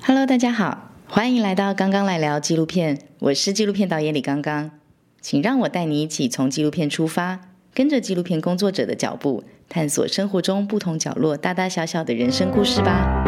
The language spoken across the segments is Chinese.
Hello， 大家好，欢迎来到刚刚来聊纪录片，我是纪录片导演李刚刚，请让我带你一起从纪录片出发，跟着纪录片工作者的脚步，探索生活中不同角落大大小小的人生故事吧。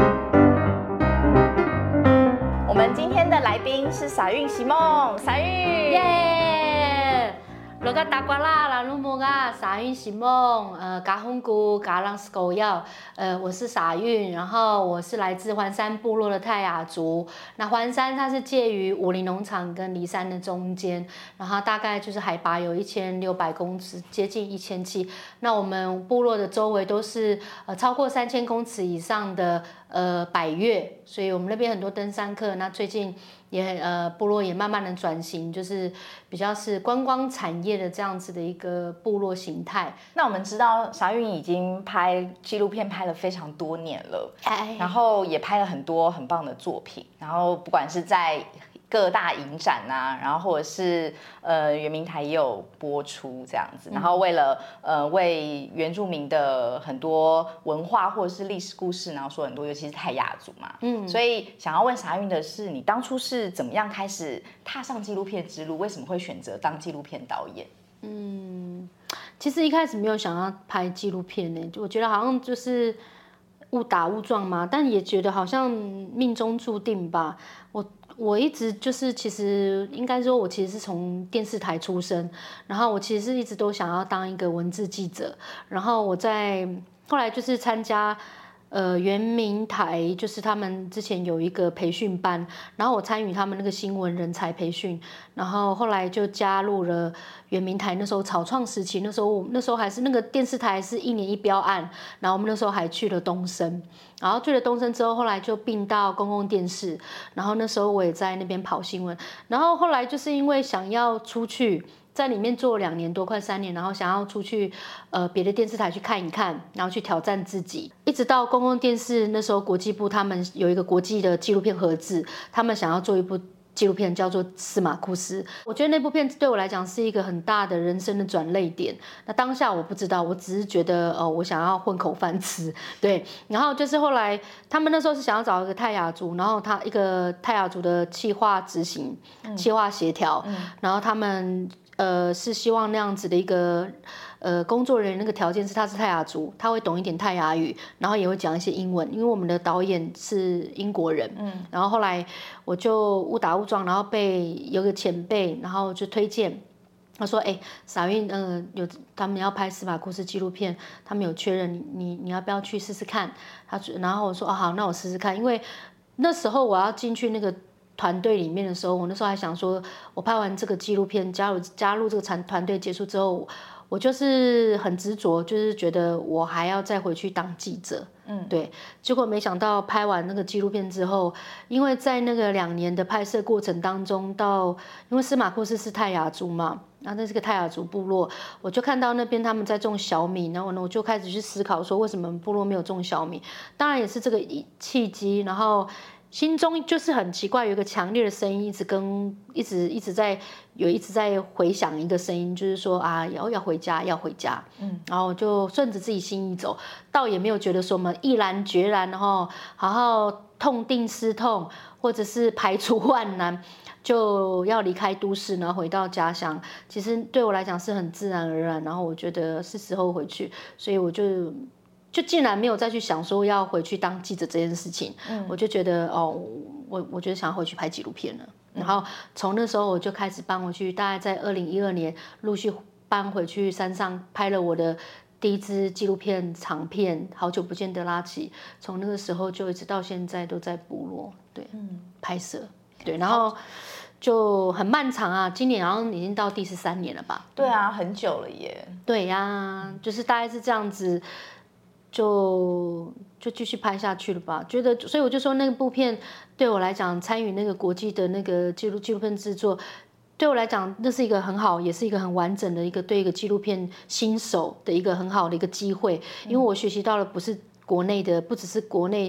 我们今天的来宾是撒韵席梦，撒韵耶！罗个大瓜啦，啦鲁木个撒韵席梦，嘎红姑嘎浪斯狗药，我是撒韵，然后我是来自环山部落的泰雅族。那环山它是介于武陵农场跟梨山的中间，然后大概就是海拔有1600公尺，接近1700。那我们部落的周围都是超过3000公尺以上的百岳，所以我们那边很多登山客。那最近也部落也慢慢的转型，就是比较是观光产业的这样子的一个部落形态。 那我们知道撒韵已经拍纪录片拍了非常多年了，然后也拍了很多很棒的作品，然后不管是在各大影展啊，然后或者是原民台也有播出这样子，然后为了为原住民的很多文化或者是历史故事，然后说很多，尤其是泰雅族嘛，所以想要问撒韵的是，你当初是怎么样开始踏上纪录片之路？为什么会选择当纪录片导演？ 其实一开始没有想要拍纪录片呢，我觉得好像就是误打误撞嘛，但也觉得好像命中注定吧。我一直就是，其实应该说，我其实是从电视台出身，然后我其实是一直都想要当一个文字记者，然后后来就是参加原民台，就是他们之前有一个培训班，然后我参与他们那个新闻人才培训，然后后来就加入了原民台。那时候草创时期，那时候还是那个电视台是1年1标案，然后我们那时候还去了东升，然后去了东升之后，后来就并到公共电视，然后那时候我也在那边跑新闻，然后后来就是因为想要出去。在里面做2年多，快3年，然后想要出去，别的电视台去看一看，然后去挑战自己，一直到公共电视那时候国际部他们有一个国际的纪录片合制，他们想要做一部纪录片叫做《司马库斯》，我觉得那部片对我来讲是一个很大的人生的转捩点。那当下我不知道，我只是觉得我想要混口饭吃，对。然后就是后来他们那时候是想要找一个泰雅族，然后他一个泰雅族的企划执行、企划协调，然后他们。是希望那样子的一个工作人员，那个条件是他是泰雅族，他会懂一点泰雅语，然后也会讲一些英文，因为我们的导演是英国人。然后后来我就误打误撞，然后有个前辈，然后就推荐，他说：“撒韵，他们要拍司马库斯纪录片，他们有确认你要不要去试试看？”然后我说：“好，那我试试看。”因为那时候我要进去那个团队里面的时候，我那时候还想说，我拍完这个纪录片，加入这个团队结束之后，我就是很执着，就是觉得我还要再回去当记者。对。结果没想到拍完那个纪录片之后，因为在那个2年的拍摄过程当中，因为司马库斯是泰雅族嘛，然后那是个泰雅族部落，我就看到那边他们在种小米，然后呢，我就开始去思考说，为什么部落没有种小米？当然也是这个契机，然后。心中就是很奇怪，有一个强烈的声音一直在回响一个声音，就是说啊，要回家，要回家。然后就顺着自己心意走，倒也没有觉得说我们毅然决然，然后好好痛定思痛，或者是排除万难，就要离开都市，然后回到家乡。其实对我来讲是很自然而然，然后我觉得是时候回去，所以我就竟然没有再去想说要回去当记者这件事情，我就觉得我觉得想要回去拍纪录片了。然后从那时候我就开始搬回去，大概在2012年陆续搬回去山上，拍了我的第一支纪录片长片《好久不见德拉奇》，从那个时候就一直到现在都在部落拍摄，对，然后就很漫长啊，今年好像已经到第13年了吧？ 对啊，很久了耶。 对呀，就是大概是这样子。就继续拍下去了吧，所以我就说那部片对我来讲，参与那个国际的那个纪录片制作，对我来讲那是一个很好，也是一个很完整的对一个纪录片新手的一个很好的一个机会，因为我学习到了不只是国内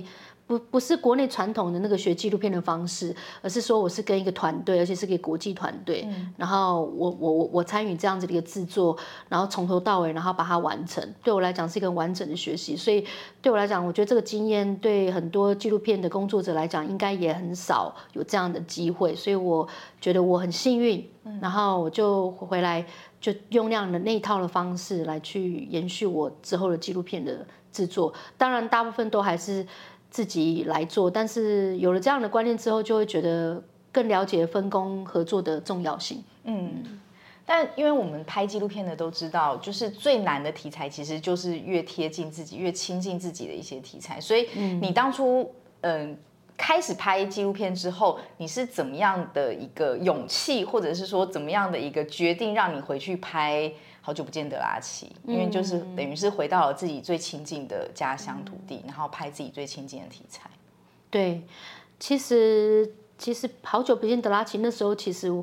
不是国内传统的那个学纪录片的方式，而是说我是跟一个团队，而且是个国际团队，然后我参与这样子的一个制作，然后从头到尾，然后把它完成，对我来讲是一个完整的学习，所以对我来讲，我觉得这个经验对很多纪录片的工作者来讲，应该也很少有这样的机会，所以我觉得我很幸运，然后我就回来就用那样的那一套的方式来去延续我之后的纪录片的制作，当然大部分都还是自己来做，但是有了这样的观念之后，就会觉得更了解分工合作的重要性。 但因为我们拍纪录片的都知道，就是最难的题材其实就是越贴近自己、越亲近自己的一些题材。所以你当初开始拍纪录片之后，你是怎么样的一个勇气，或者是说怎么样的一个决定，让你回去拍好久不见德拉奇？因为就是等于是回到了自己最亲近的家乡土地，然后拍自己最亲近的题材。 对，其实好久不见德拉奇那时候，其实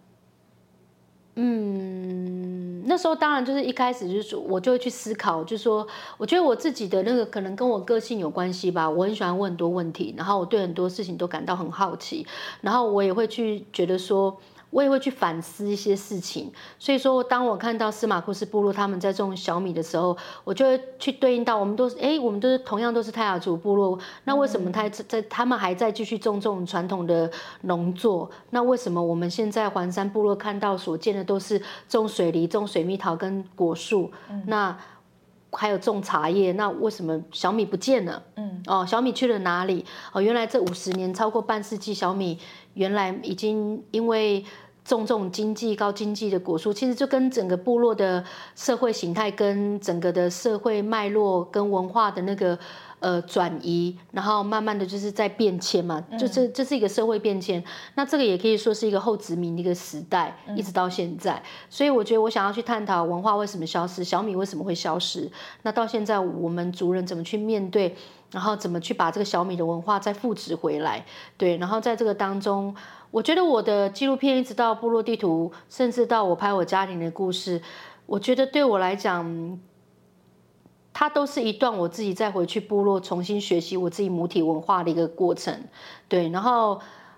那时候当然就是一开始就是说，我就会去思考，就是说，我觉得我自己的那个可能跟我个性有关系吧。我很喜欢问很多问题，然后我对很多事情都感到很好奇，然后我也会去觉得说，我也会去反思一些事情。所以说，当我看到司马库斯部落他们在种小米的时候，我就会去对应到我们都是同样都是泰雅族部落，那为什么他们还在继续种这种传统的农作？那为什么我们现在环山部落看到所见的都是种水梨、种水蜜桃跟果树？那还有种茶叶，那为什么小米不见了？小米去了哪里？原来这50年超过半世纪，小米原来已经因为种这种高经济的果树，其实就跟整个部落的社会形态、跟整个的社会脉络、跟文化的那个转移，然后慢慢的就是在变迁嘛，这是一个社会变迁。那这个也可以说是一个后殖民的一个时代，一直到现在。所以我觉得我想要去探讨文化为什么消失，小米为什么会消失，那到现在我们族人怎么去面对，然后怎么去把这个小米的文化再复植回来。对，然后在这个当中，我觉得我的纪录片一直到部落地图，甚至到我拍我家庭的故事，我觉得对我来讲，它都是一段我自己再回去部落重新学习我自己母体文化的一个过程。对，然后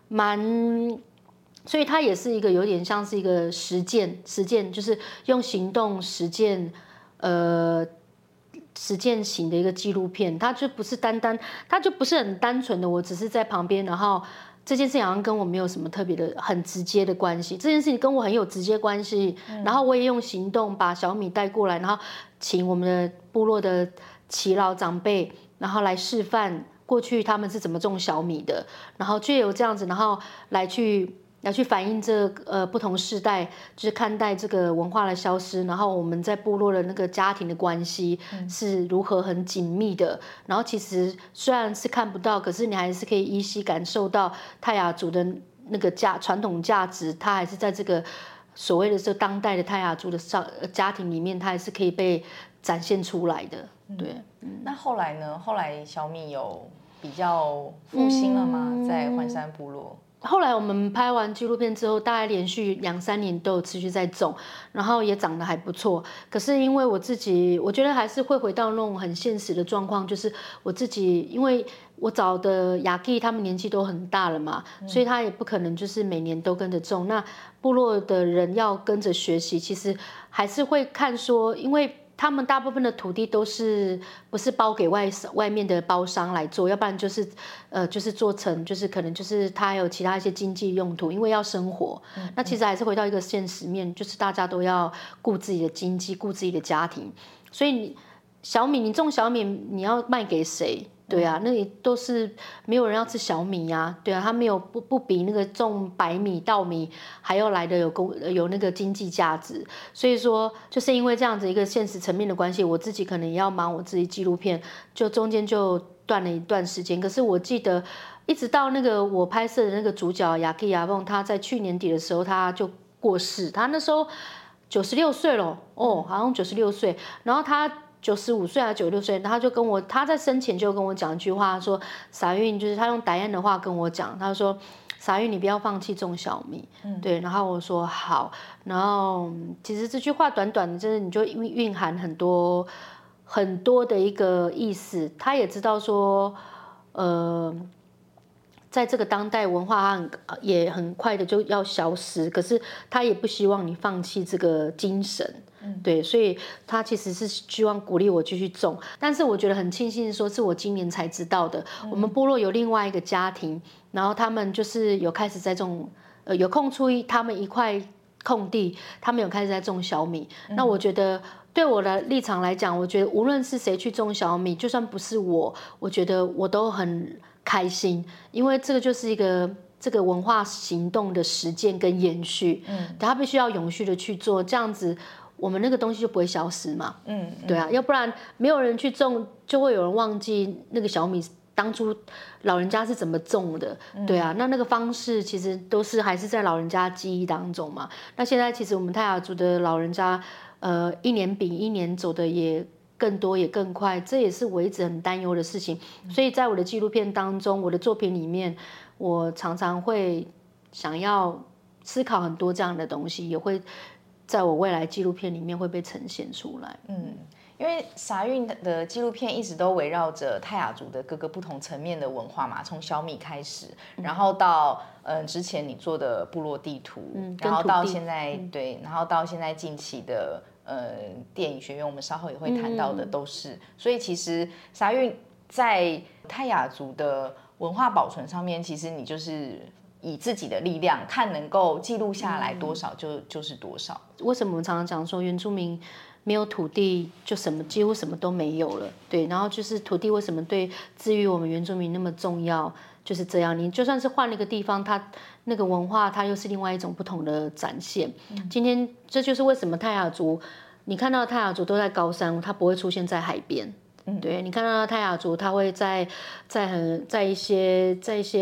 所以它也是一个有点像是一个实践，就是用行动实践型的一个纪录片，它就不是很单纯的，我只是在旁边，然后这件事情好像跟我没有什么特别的、很直接的关系。这件事情跟我很有直接关系，然后我也用行动把小米带过来，然后请我们的部落的耆老长辈，然后来示范过去他们是怎么种小米的，然后就有这样子，然后来去反映这不同世代就是看待这个文化的消失，然后我们在部落的那个家庭的关系是如何很紧密的，然后其实虽然是看不到，可是你还是可以依稀感受到泰雅族的那个传统价值，它还是在这个所谓的这当代的泰雅族的家庭里面，它还是可以被展现出来的。对， 那后来呢？后来小米有比较复兴了吗？在环山部落？ 后来我们拍完纪录片之后，大概连续2-3年都有持续在种，然后也长得还不错。可是因为我自己，我觉得还是会回到那种很现实的状况，就是我自己，因为我找的雅 K 他们年纪都很大了嘛，所以他也不可能就是每年都跟着种。那部落的人要跟着学习，其实还是会看说，因为他们大部分的土地都是不是包给外面的包商来做，要不然就是做成就是可能就是他有其他一些经济用途，因为要生活。那其实还是回到一个现实面，就是大家都要顾自己的经济，顾自己的家庭。所以你种小米，你要卖给谁？对啊，那里都是没有人要吃小米呀，对啊，它没有不比那个种白米、稻米还要来的有那个经济价值。所以说，就是因为这样子一个现实层面的关系，我自己可能也要忙我自己纪录片，就中间就断了一段时间。可是我记得，一直到那个我拍摄的那个主角雅基亚蹦，他在去年底的时候他就过世，他那时候96岁了哦，好像96岁，然后他95岁还是96岁，他在生前就跟我讲一句话，说傻运，就是他用傣言的话跟我讲，他说傻运你不要放弃种小米，对，然后我说好，然后其实这句话短短的，就是你就蕴含很多的一个意思，他也知道说在这个当代文化也很快的就要消失，可是他也不希望你放弃这个精神，对，所以他其实是希望鼓励我继续种。但是我觉得很庆幸说，是我今年才知道的，我们部落有另外一个家庭，然后他们就是有开始在种，有空出他们一块空地，他们有开始在种小米。那我觉得对我的立场来讲，我觉得无论是谁去种小米，就算不是我觉得我都很开心，因为这个就是一个这个文化行动的实践跟延续，它必须要永续的去做，这样子我们那个东西就不会消失嘛，对啊，要不然没有人去种，就会有人忘记那个小米当初老人家是怎么种的，对啊，那个方式其实都是还是在老人家记忆当中嘛。那现在其实我们泰雅族的老人家，一年比一年走的也更多也更快，这也是我一直很担忧的事情。所以在我的纪录片当中，我的作品里面，我常常会想要思考很多这样的东西，也会在我未来纪录片里面会被呈现出来。 因为傻运的纪录片一直都围绕着泰雅族的各个不同层面的文化嘛，从小米开始，然后到之前你做的部落地图，然后到现在对，然后到现在近期的电影学院，我们稍后也会谈到的都是。所以其实傻运在泰雅族的文化保存上面，其实你就是以自己的力量，看能够记录下来多少就是多少。 为什么我们常常讲说原住民没有土地就几乎什么都没有了？对，然后就是土地为什么对治愈我们原住民那么重要？就是这样，你就算是换了一个地方，它那个文化它又是另外一种不同的展现。今天这就是为什么泰雅族，你看到泰雅族都在高山，它不会出现在海边。对，你看到泰雅族，它会在一些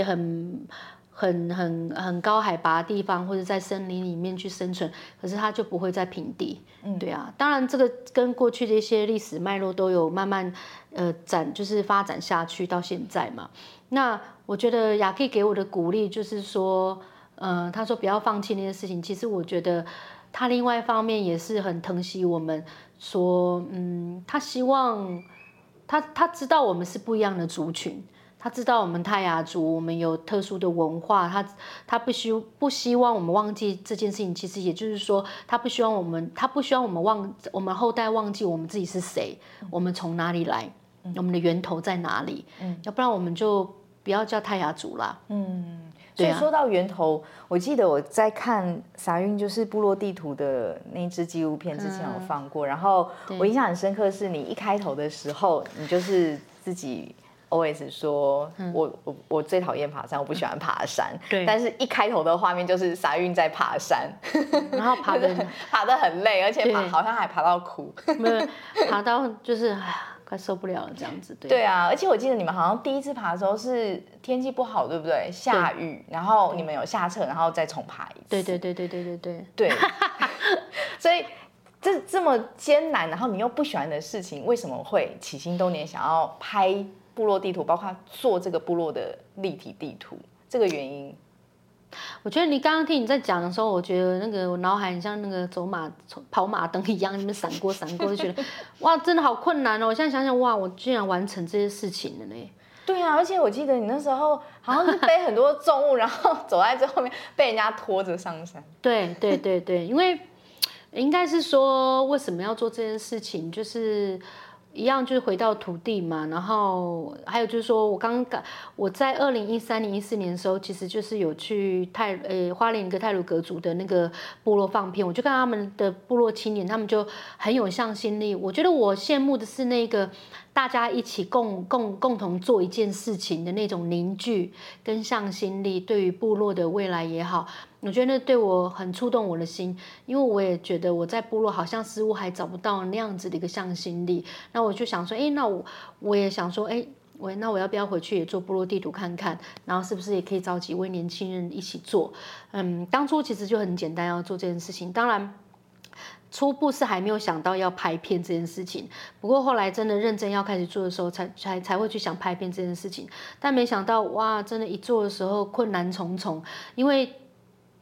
很高海拔的地方，或者在森林里面去生存，可是它就不会在平地。对啊，当然这个跟过去的一些历史脉络都有慢慢就是发展下去到现在嘛。那我觉得雅 K 给我的鼓励就是说，他说不要放弃那些事情。其实我觉得他另外一方面也是很疼惜我们，说他希望他知道我们是不一样的族群。他知道我们泰雅族，我们有特殊的文化，他不希望我们忘记这件事情。其实也就是说，他不希望我们后代忘记我们自己是谁，我们从哪里来，我们的源头在哪里。要不然我们就不要叫泰雅族啦。 所以说到源头，我记得我在看傻运就是部落地图的那支纪录片之前有放过，然后我印象很深刻是你一开头的时候，你就是自己always 说我最讨厌爬山，我不喜欢爬山。但是一开头的画面就是傻运在爬山， 然后爬得很累，而且好像还爬到哭， 爬到就是快受不了了这样子。 对啊，而且我记得你们好像第一次爬的时候是天气不好，对不对？下雨，然后你们有下撤，然后再重爬一次。 对。 所以这么艰难，然后你又不喜欢的事情，为什么会起心动念想要拍部落地图，包括做这个部落的立体地图，这个原因？ 我觉得你刚刚听你在讲的时候，我觉得那个我脑海很像那个跑马灯一样，你们闪过，就觉得哇，真的好困难哦！我现在想想，哇，我居然完成这些事情了呢。 对啊，而且我记得你那时候好像是背很多重物，然后走在最后面被人家拖着上山。 对，因为应该是说为什么要做这件事情，就是一样就是回到土地嘛，然后还有就是说我在2013年、14年的时候，其实就是有去花莲一个太鲁阁族的那个部落放片，我就看他们的部落青年，他们就很有向心力。我觉得我羡慕的是那个大家一起共同做一件事情的那种凝聚跟向心力，对于部落的未来也好。我觉得那对我很触动我的心，因为我也觉得我在部落好像似乎还找不到那样子的一个向心力。那我就想说，那我也想说，那我要不要回去也做部落地图看看？然后是不是也可以找几位年轻人一起做？当初其实就很简单要做这件事情，当然初步是还没有想到要拍片这件事情。不过后来真的认真要开始做的时候，才会去想拍片这件事情。但没想到哇，真的一做的时候困难重重，因为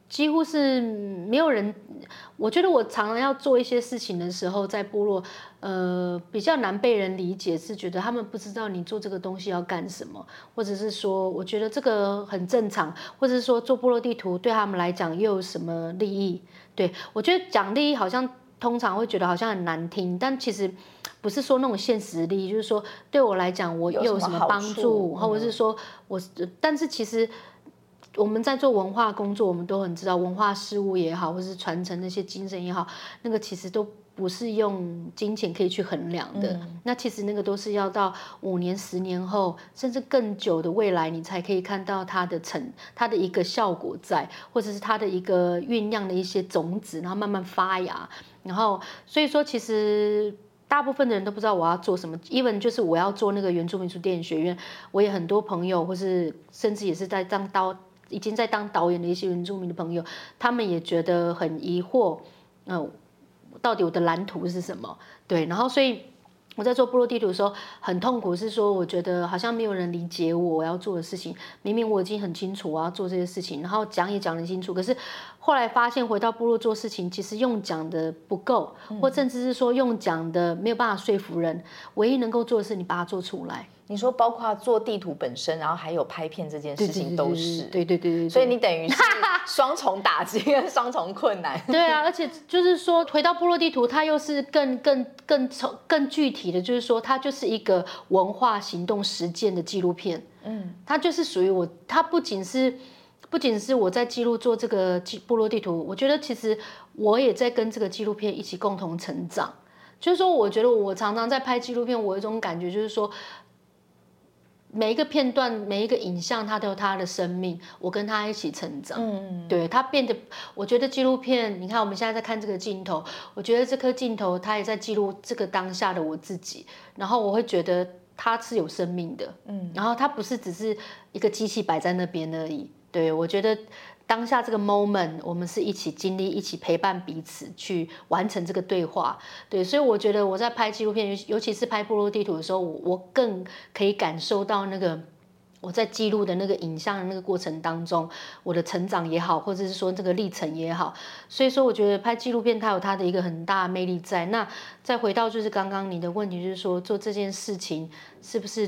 几乎是没有人。我觉得我常常要做一些事情的时候，在部落，比较难被人理解，是觉得他们不知道你做这个东西要干什么，或者是说，我觉得这个很正常，或者是说做部落地图对他们来讲又有什么利益？对，我觉得讲利益好像通常会觉得好像很难听，但其实不是说那种现实利益，就是说对我来讲我又有什么帮助，或者是说但是其实。我们在做文化工作，我们都很知道文化事务也好，或是传承那些精神也好，那个其实都不是用金钱可以去衡量的。那其实那个都是要到5年、10年后，甚至更久的未来，你才可以看到它的一个效果在，或者是它的一个酝酿的一些种子，然后慢慢发芽。然后所以说，其实。大部分的人都不知道我要做什么 ，even 就是我要做那个原住民族电影学院，我也很多朋友，或是甚至也是已经在当导演的一些原住民的朋友，他们也觉得很疑惑，到底我的蓝图是什么？对，然后所以我在做部落地图的时候很痛苦，是说我觉得好像没有人理解我要做的事情，明明我已经很清楚我要做这些事情，然后讲也讲得清楚，可是后来发现回到部落做事情，其实用讲的不够，或甚至是说用讲的没有办法说服人，唯一能够做的是你把它做出来。 你说包括做地图本身，然后还有拍片这件事情都是， 对， 所以你等于是双重打击跟双重困难。 对啊，而且就是说回到部落地图，它又是更具体的，就是说它就是一个文化行动实践的纪录片。它就是属于我，它不仅是我在记录做这个部落地图，我觉得其实我也在跟这个纪录片一起共同成长。就是说，我觉得我常常在拍纪录片，我有一种感觉，就是说。每一个片段，每一个影像，它都有它的生命，我跟它一起成长。对，它变得，我觉得纪录片，你看我们现在在看这个镜头，我觉得这颗镜头它也在记录这个当下的我自己，然后我会觉得它是有生命的，然后它不是只是一个机器摆在那边而已。对，我觉得。当下这个 moment， 我们是一起经历、一起陪伴彼此去完成这个对话，对，所以我觉得我在拍纪录片，尤其是拍部落地图的时候，我更可以感受到那个我在记录的那个影像的那个过程当中，我的成长也好，或者是说这个历程也好，所以说我觉得拍纪录片它有它的一个很大的魅力在。那再回到就是刚刚你的问题，就是说做这件事情是不是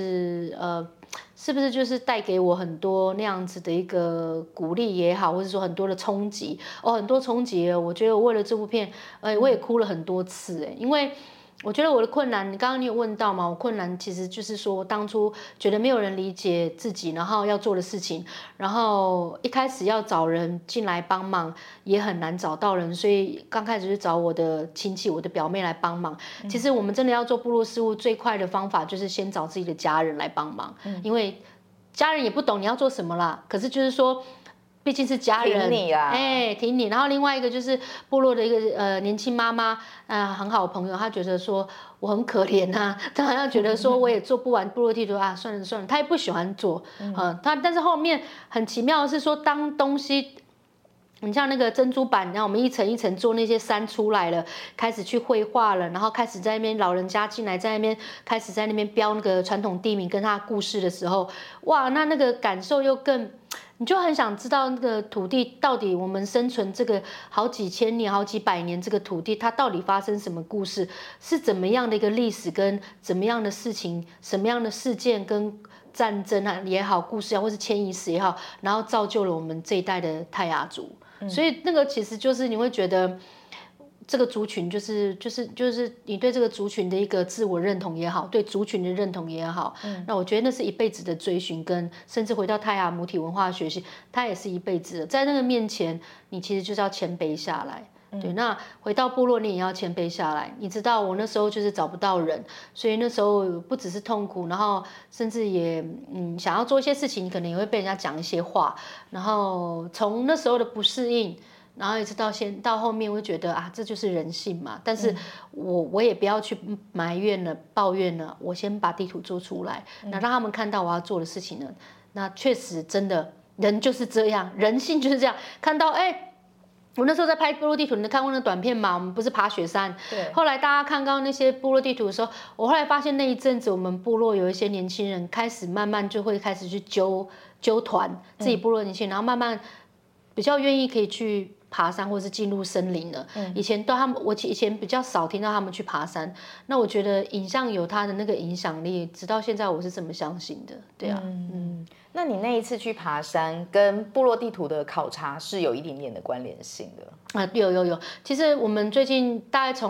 就是带给我很多那样子的一个鼓励也好，或者说很多的冲击很多冲击。我觉得我为了这部片，我也哭了很多次因为我觉得我的困难，刚刚你有问到嘛？我困难其实就是说，当初觉得没有人理解自己，然后要做的事情，然后一开始要找人进来帮忙，也很难找到人，所以刚开始就找我的亲戚、我的表妹来帮忙。其实我们真的要做部落事务，最快的方法就是先找自己的家人来帮忙，因为家人也不懂你要做什么啦。可是就是说。毕竟是家人， 挺你啦， 挺你。然后另外一个就是部落的一个年轻妈妈，很好的朋友，她觉得说我很可怜她好像觉得说我也做不完部落地图算了，她也不喜欢做，但是后面很奇妙的是说，当东西。你像那个珍珠板，然后我们一层一层做那些山出来了，开始去绘画了，然后开始在那边老人家进来，在那边开始在那边标那个传统地名跟他的故事的时候，哇，那个感受又更，你就很想知道那个土地到底我们生存这个好几千年、好几百年这个土地，它到底发生什么故事，是怎么样的一个历史跟怎么样的事情、什么样的事件跟战争也好、故事也好，或是迁移史也好，然后造就了我们这一代的泰雅族。所以那个其实就是你会觉得这个族群就是你对这个族群的一个自我认同也好，对族群的认同也好，那我觉得那是一辈子的追寻，跟甚至回到泰雅母体文化学习，它也是一辈子的。在那个面前，你其实就是要谦卑下来。对，那回到部落你也要谦卑下来。你知道我那时候就是找不到人，所以那时候不只是痛苦，然后甚至也想要做一些事情，可能也会被人家讲一些话，然后从那时候的不适应，然后一直到后面，我就觉得这就是人性嘛。但是我也不要去埋怨了、抱怨了，我先把地图做出来，那让他们看到我要做的事情呢。那确实真的人就是这样，人性就是这样，看到我那时候在拍部落地图，你看过那短片嘛？我们不是爬雪山。 对。 后来大家看到那些部落地图的时候，我后来发现那一阵子，我们部落有一些年轻人开始慢慢就会开始去揪团，自己部落年轻人，然后慢慢比较愿意可以去爬山或是进入森林了。以前我以前比较少听到他们去爬山。那我觉得影像有它的那个影响力，直到现在我是这么相信的。对啊， 那你那一次去爬山，跟部落地图的考察是有一点点的关联性的啊？有。其实我们最近大概从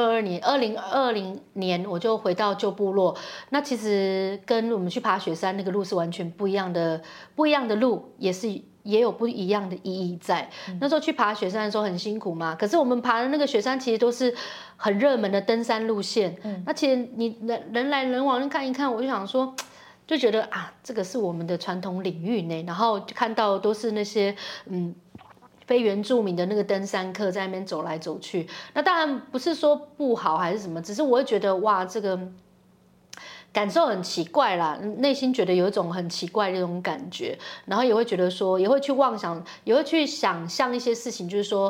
2020年我就回到旧部落，那其实跟我们去爬雪山那个路是完全不一样的路，也有不一样的意义在。那时候去爬雪山的时候很辛苦嘛，可是我们爬的那个雪山其实都是很热门的登山路线。那其实你人来人往看一看，我就想说，就觉得啊，这个是我们的传统领域呢。然后看到都是那些非原住民的那个登山客在那边走来走去。那当然不是说不好还是什么，只是我会觉得哇，这个感受很奇怪啦，内心觉得有一种很奇怪的那种感觉，然后也会觉得说，也会去妄想，也会去想象一些事情，就是说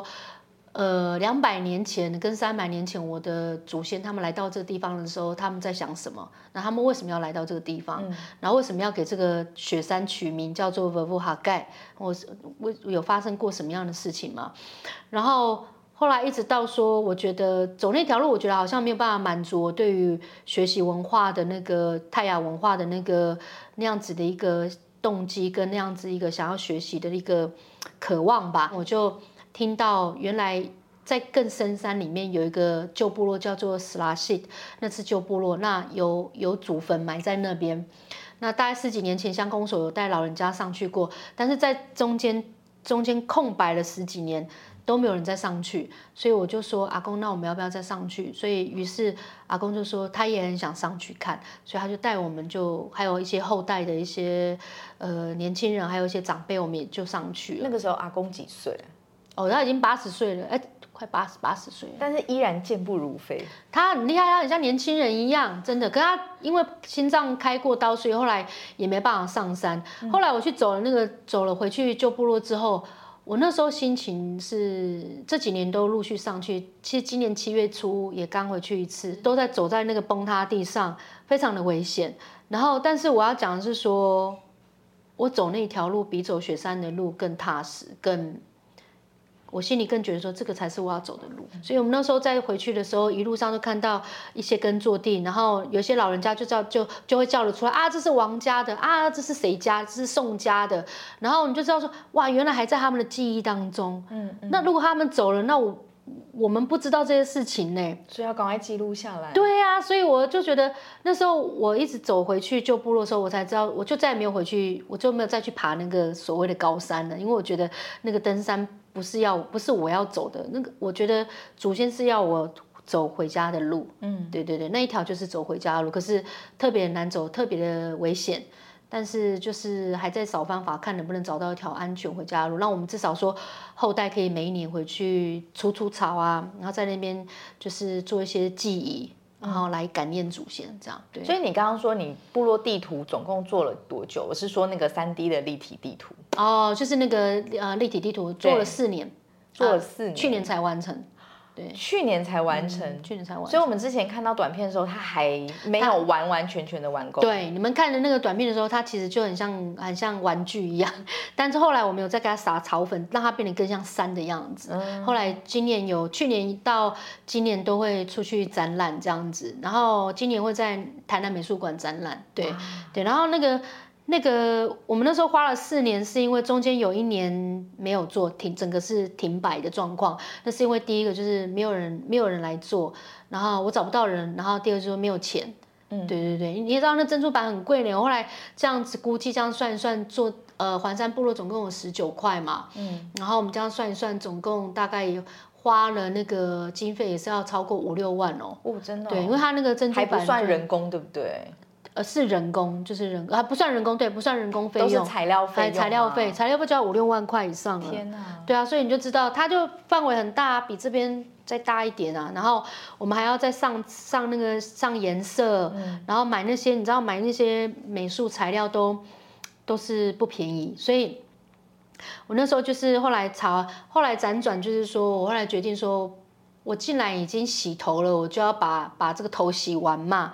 ，200年前跟300年前，我的祖先他们来到这个地方的时候，他们在想什么？那他们为什么要来到这个地方？然后为什么要给这个雪山取名叫做 Vuvuhagay？ 我有发生过什么样的事情吗？然后后来一直到说，我觉得走那条路，我觉得好像没有办法满足我对于学习文化的那个泰雅文化的那样子的一个动机，跟那样子一个想要学习的一个渴望吧。我就听到原来在更深山里面有一个旧部落叫做斯拉西，那是旧部落，那有祖坟埋在那边。那大概10几年前，乡公所有带老人家上去过，但是在中间空白了10几年。都没有人再上去，所以我就说阿公，那我们要不要再上去？所以于是阿公就说他也很想上去看，所以他就带我们还有一些后代的一些年轻人，还有一些长辈，我们也就上去了。 那个时候阿公几岁？ 哦，他已经80岁了，快80岁了， 但是依然健步如飞。 他很厉害，他很像年轻人一样，真的。可他因为心脏开过刀，所以后来也没办法上山。后来我去走了回去旧部落之后。我那时候心情是这几年都陆续上去，其实今年7月初也刚回去一次，都在走在那个崩塌地上，非常的危险。然后，但是我要讲的是说，我走那条路比走雪山的路更踏实，我心里更觉得说这个才是我要走的路。所以我们那时候在回去的时候，一路上都看到一些耕作地，然后有些老人家就会叫得出来啊，这是王家的啊，这是谁家？这是宋家的。然后你就知道说哇，原来还在他们的记忆当中。那如果他们走了，那我们不知道这些事情呢， 所以要赶快记录下来。 对啊，所以我就觉得那时候我一直走回去旧部落的时候，我才知道，我就再也没有回去，我就没有再去爬那个所谓的高山了，因为我觉得那个登山不是我要走的那个，我觉得祖先是要我走回家的路。对，那一条就是走回家的路，可是特别难走，特别的危险。但是就是还在找方法，看能不能找到一条安全回家的路，让我们至少说后代可以每一年回去除草啊，然后在那边就是做一些记忆，然后来感念祖先这样。对。 所以你刚刚说你部落地图总共做了多久？我是说那个3D 的立体地图。 哦，就是那个立体地图做了4年， 做了4年， 去年才完成。对， 去年才完成，所以我们之前看到短片的时候，它还没有完全的完工。 对，你们看的那个短片的时候，它其实就很像玩具一样，但是后来我们有再给它撒草粉，让它变得更像山的样子。后来去年到今年都会出去展览这样子，然后今年会在台南美术馆展览。对，然后那个我们那时候花了4年，是因为中间有1年没有做，整个是停摆的状况。那是因为第一个就是没有人来做，然后我找不到人，然后第二就是没有钱。对，你也知道那珍珠板很贵呢。我后来这样子估计，这样算一算，做环山部落总共有19块嘛。然后我们这样算一算，总共大概花了那个经费也是要超过5-6万哦。 真的。 对，因为它那个珍珠板还不算人工，对不对？ 是人工，就是不算人工，对，不算人工费用， 都是材料费， 材料费就要5-6万块以上了。 天哪！ 对啊，所以你就知道，它就范围很大，比这边再大一点啊。然后我们还要再上颜色，然后买那些美术材料都是不便宜，所以我那时候就是后来辗转，就是说我后来决定说，我既然已经洗头了，我就要把这个头洗完嘛。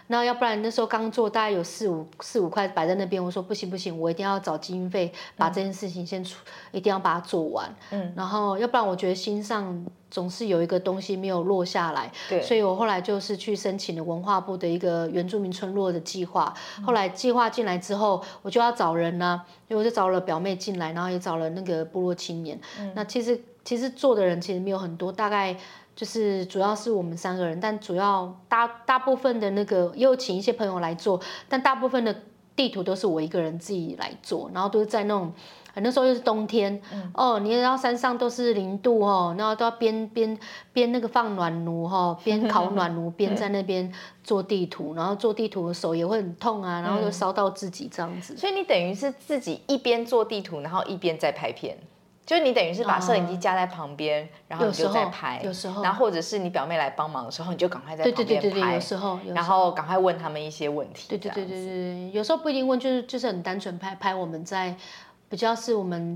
那要不然那时候刚做，大概有四五块摆在那边，我说不行，我一定要找经费把这件事情一定要把它做完。然后要不然我觉得心上总是有一个东西没有落下来，所以我后来就是去申请了文化部的一个原住民村落的计划。后来计划进来之后，我就要找人呢，所以我就找了表妹进来，然后也找了那个部落青年。那其实做的人其实没有很多，大概就是主要是我们3个人，但主要大部分的那个也有请一些朋友来做，但大部分的地图都是我一个人自己来做，然后都是在那种。那时候又是冬天，你要山上都是0度然后都要边那个放暖炉边烤暖炉边在那边做地图，然后做地图的手也会很痛啊，然后就烧到自己这样子。 所以你等于是自己一边做地图，然后一边在拍片。就是你等于是把摄影机架在旁边，然后你就在拍， 有时候， 然后或者是你表妹来帮忙的时候，你就赶快在旁边拍， 对，有时候， 然后赶快问他们一些问题， 对，有时候不一定问，就是很单纯拍我们在。比较是我们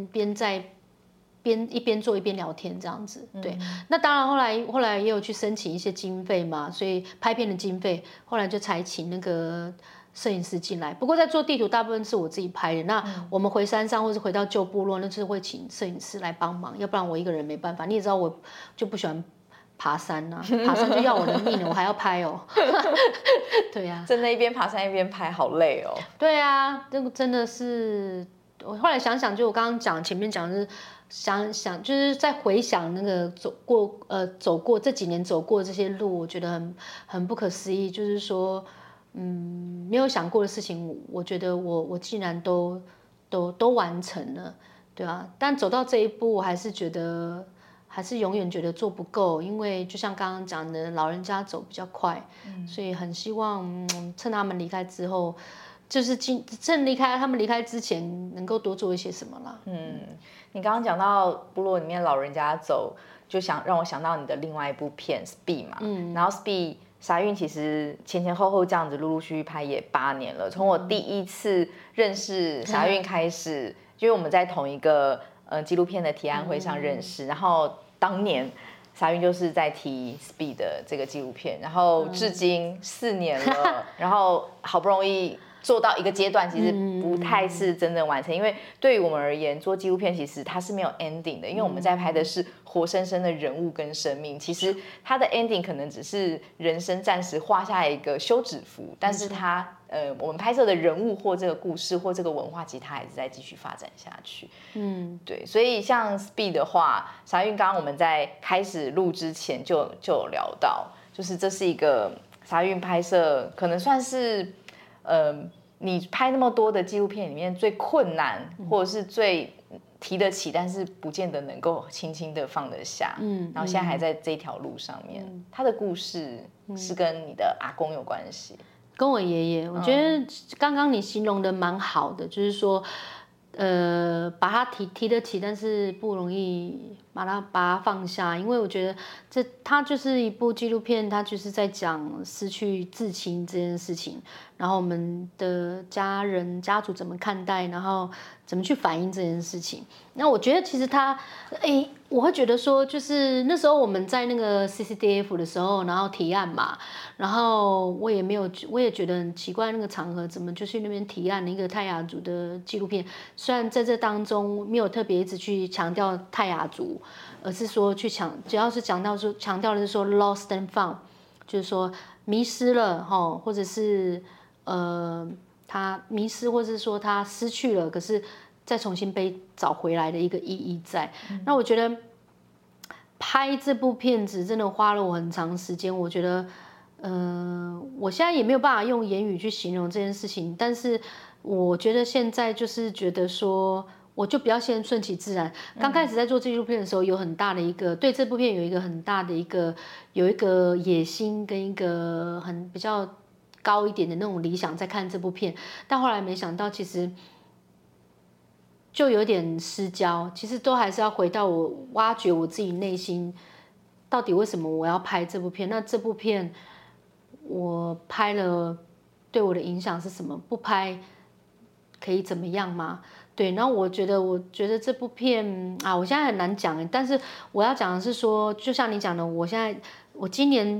一边做一边聊天这样子，对。那当然后来也有去申请一些经费嘛，所以拍片的经费，后来就才请那个摄影师进来。不过在做地图大部分是我自己拍的，那我们回山上或是回到旧部落，那就是会请摄影师来帮忙，要不然我一个人没办法。你也知道我就不喜欢爬山啊，爬山就要我的命了，我还要拍对呀， 真的，一边爬山一边拍，好累哦。 对啊，这个真的是。我后来想想，就我刚刚前面讲的是想就是在回想那个走过这几年走过这些路，我觉得很不可思议。就是说，没有想过的事情，我觉得我竟然都完成了，对啊。但走到这一步，我还是觉得还是永远觉得做不够，因为就像刚刚讲的，老人家走比较快，所以很希望趁他们离开之后。就是趁他们离开之前，能够多做一些什么啦。 你刚刚讲到部落里面老人家走，就让我想到你的另外一部片《Speed》嘛。然后《Speed》傻运其实前后这样子陆陆续续拍也8年了。从我第一次认识傻运开始，因为我们在同一个纪录片的提案会上认识，然后当年。傻运就是在提 Speed 的这个纪录片，然后至今4年了，然后好不容易做到一个阶段，其实不太是真正完成，因为对于我们而言，做纪录片其实它是没有 ending 的，因为我们在拍的是活生生的人物跟生命，其实它的 ending 可能只是人生暂时画下一个休止符，但是它我们拍摄的人物或这个故事或这个文化，其实它还是在继续发展下去。对，所以像 Speed 的话，傻运刚刚我们在开始录之前就有聊到，就是这是一个傻运拍摄，可能算是你拍那么多的纪录片里面最困难，或者是最提得起，但是不见得能够轻轻的放得下。然后现在还在这条路上面，他的故事是跟你的阿公有关系。 跟我爷爷，我觉得刚刚你形容的蛮好的，就是说，把它提得起，但是不容易把它放下，因为我觉得它就是一部纪录片，它就是在讲失去至亲这件事情，然后我们的家族怎么看待，然后怎么去反映这件事情。那我觉得其实我会觉得说，就是那时候我们在那个 CCDF 的时候，然后提案嘛，然后我也觉得很奇怪，那个场合怎么就去那边提案一个泰雅族的纪录片？虽然在这当中没有特别一直去强调泰雅族，而是说主要是强调的是说 lost and found， 就是说迷失了或者是他迷失，或者是说他失去了，可是再重新被找回来的一个意义在。那我觉得拍这部片子真的花了我很长时间，我觉得我现在也没有办法用言语去形容这件事情，但是我觉得现在就是觉得说，我就比较先顺其自然。刚开始在做纪录片的时候，有很大的一个对这部片有一个很大的一个野心跟一个比较高一点的那种理想在看这部片，但后来没想到其实就有点失焦，其实都还是要回到我挖掘我自己内心到底为什么我要拍这部片。那这部片我拍了对我的影响是什么？不拍可以怎么样吗？对，然后我觉得这部片我现在很难讲，但是我要讲的是说，就像你讲的，我今年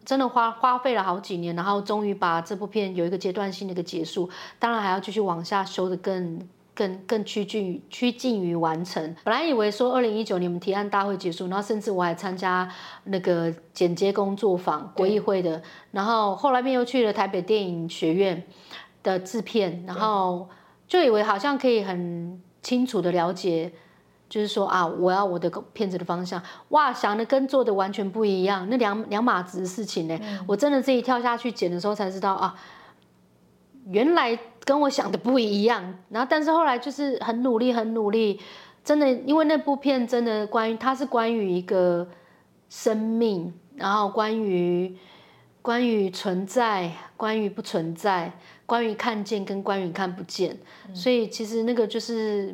真的花费了好几年，然后终于把这部片有一个阶段性的一个结束，当然还要继续往下修的更趋近于完成。本来以为说2019年我们提案大会结束，然后甚至我还参加那个剪接工作坊国艺会的，然后后来面又去了台北电影学院的制片，然后就以为好像可以很清楚的了解。就是说啊，我要我的片子的方向，哇，想的跟做的完全不一样，那两码子的事情呢。我真的自己跳下去剪的时候才知道啊，原来跟我想的不一样。然后，但是后来就是很努力，真的，因为那部片真的它是关于一个生命，然后关于存在，关于不存在，关于看见跟关于看不见，所以其实那个就是。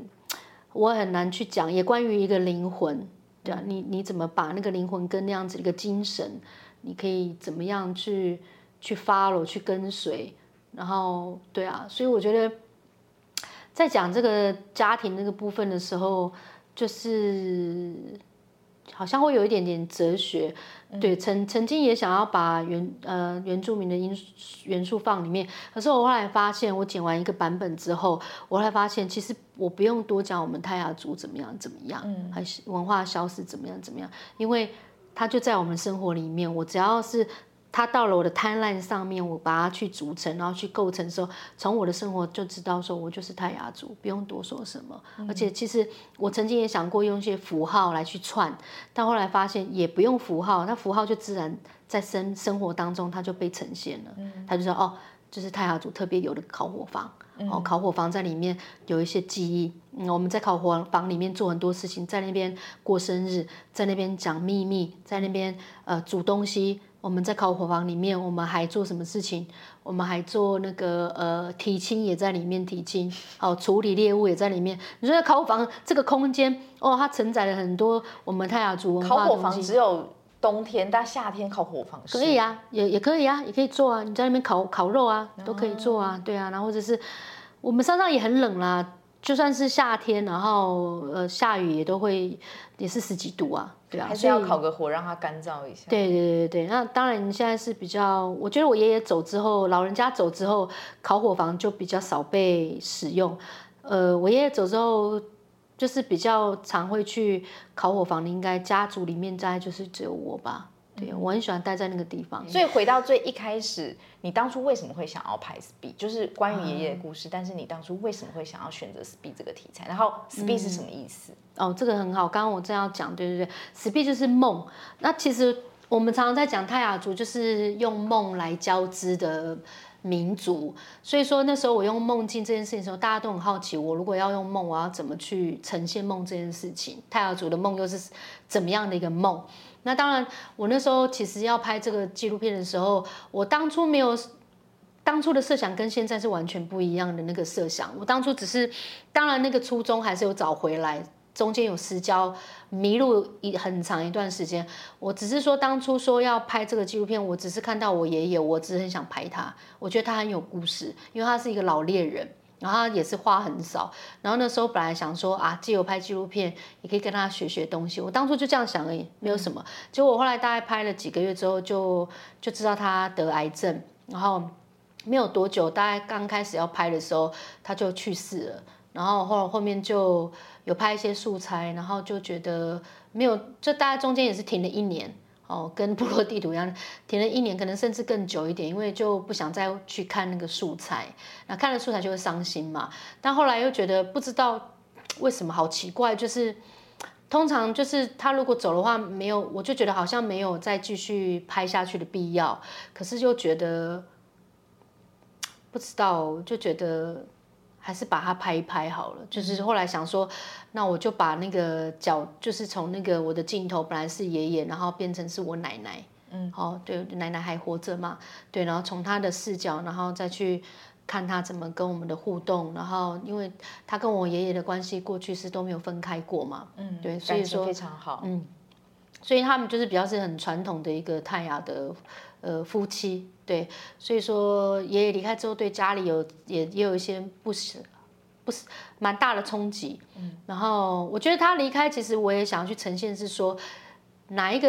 我很难去讲，也关于一个灵魂，对啊，你怎么把那个灵魂跟那样子一个精神，你可以怎么样去 follow 去跟随，然后对啊，所以我觉得在讲这个家庭那个部分的时候，就是好像会有一点点哲学，对，曾经也想要把原住民的元素放里面，可是我后来发现，我剪完一个版本之后，我后来发现其实我不用多讲我们泰雅族怎么样，还是文化消失怎么样，因为它就在我们生活里面，我只要是。它到了我的 timeline 上面，我把它去组成，然后去构成的时候，从我的生活就知道说我就是泰雅族，不用多说什么。而且其实我曾经也想过用一些符号来去串，但后来发现也不用符号，那符号就自然在生活当中它就被呈现了。他就说哦，就是泰雅族特别有的烤火房。烤火房在里面有一些记忆，我们在烤火房里面做很多事情，在那边过生日，在那边讲秘密，在那边煮东西。我们在烤火房里面，我们还做什么事情？我们还做那个提亲也在里面提亲，处理猎物也在里面。你说烤火房这个空间它承载了很多我们泰雅族文化的东西。 烤火房只有冬天，但夏天烤火房可以啊，也可以啊，也可以做啊。你在那边烤肉啊，都可以做啊，对啊。然后或者是我们山上也很冷啦，就算是夏天，然后下雨也是10几度啊，对啊， 还是要烤个火让它干燥一下。 对，那当然现在是比较，我觉得我爷爷走之后，老人家走之后，烤火房就比较少被使用。我爷爷走之后，就是比较常会去烤火房的，应该家族里面大概就是只有我吧。对，我很喜欢待在那个地方。 所以回到最一开始，你当初为什么会想要拍 SB？ 就是关于爷爷的故事，但是你当初为什么会想要选择 SB 这个题材？然后 SB 是什么意思？ 这个很好，刚刚我正要讲，对 ，SB 就是梦。那其实我们常常在讲泰雅族，就是用梦来交织的民族。所以说那时候我用梦境这件事情的时候，大家都很好奇，我如果要用梦，我要怎么去呈现梦这件事情？泰雅族的梦又是怎么样的一个梦？那当然，我那时候其实要拍这个纪录片的时候，我当初的设想跟现在是完全不一样的那个设想。我当初只是，当然那个初衷还是有找回来，中间有失焦、迷路很长一段时间。我只是说当初说要拍这个纪录片，我只是看到我爷爷，我只是很想拍他，我觉得他很有故事，因为他是一个老猎人。然后他也是话很少，然后那时候本来想说啊，藉由拍纪录片也可以跟他学东西，我当初就这样想而已，没有什么。结果我后来大概拍了几个月之后就知道他得癌症，然后没有多久，大概刚开始要拍的时候他就去世了，然后后面就有拍一些素材，然后就觉得没有，就大概中间也是停了1年。跟部落地图一样，停了1年，可能甚至更久一点，因为就不想再去看那个素材，那看了素材就会伤心嘛。但后来又觉得不知道为什么，好奇怪，就是通常就是他如果走的话，没有，我就觉得好像没有再继续拍下去的必要。可是就觉得不知道，就觉得还是把它拍一拍好了。就是后来想说，那我就把那个角，就是从那个我的镜头本来是爷爷，然后变成是我奶奶。对，奶奶还活着嘛？对，然后从她的视角，然后再去看她怎么跟我们的互动。然后，因为她跟我爷爷的关系过去是都没有分开过嘛。对，所以说非常好。 所以他们就是比较是很传统的一个泰雅的夫妻。对，所以说爷爷离开之后，对家里也有一些不是蛮大的冲击。然后我觉得他离开，其实我也想要去呈现是说，哪一个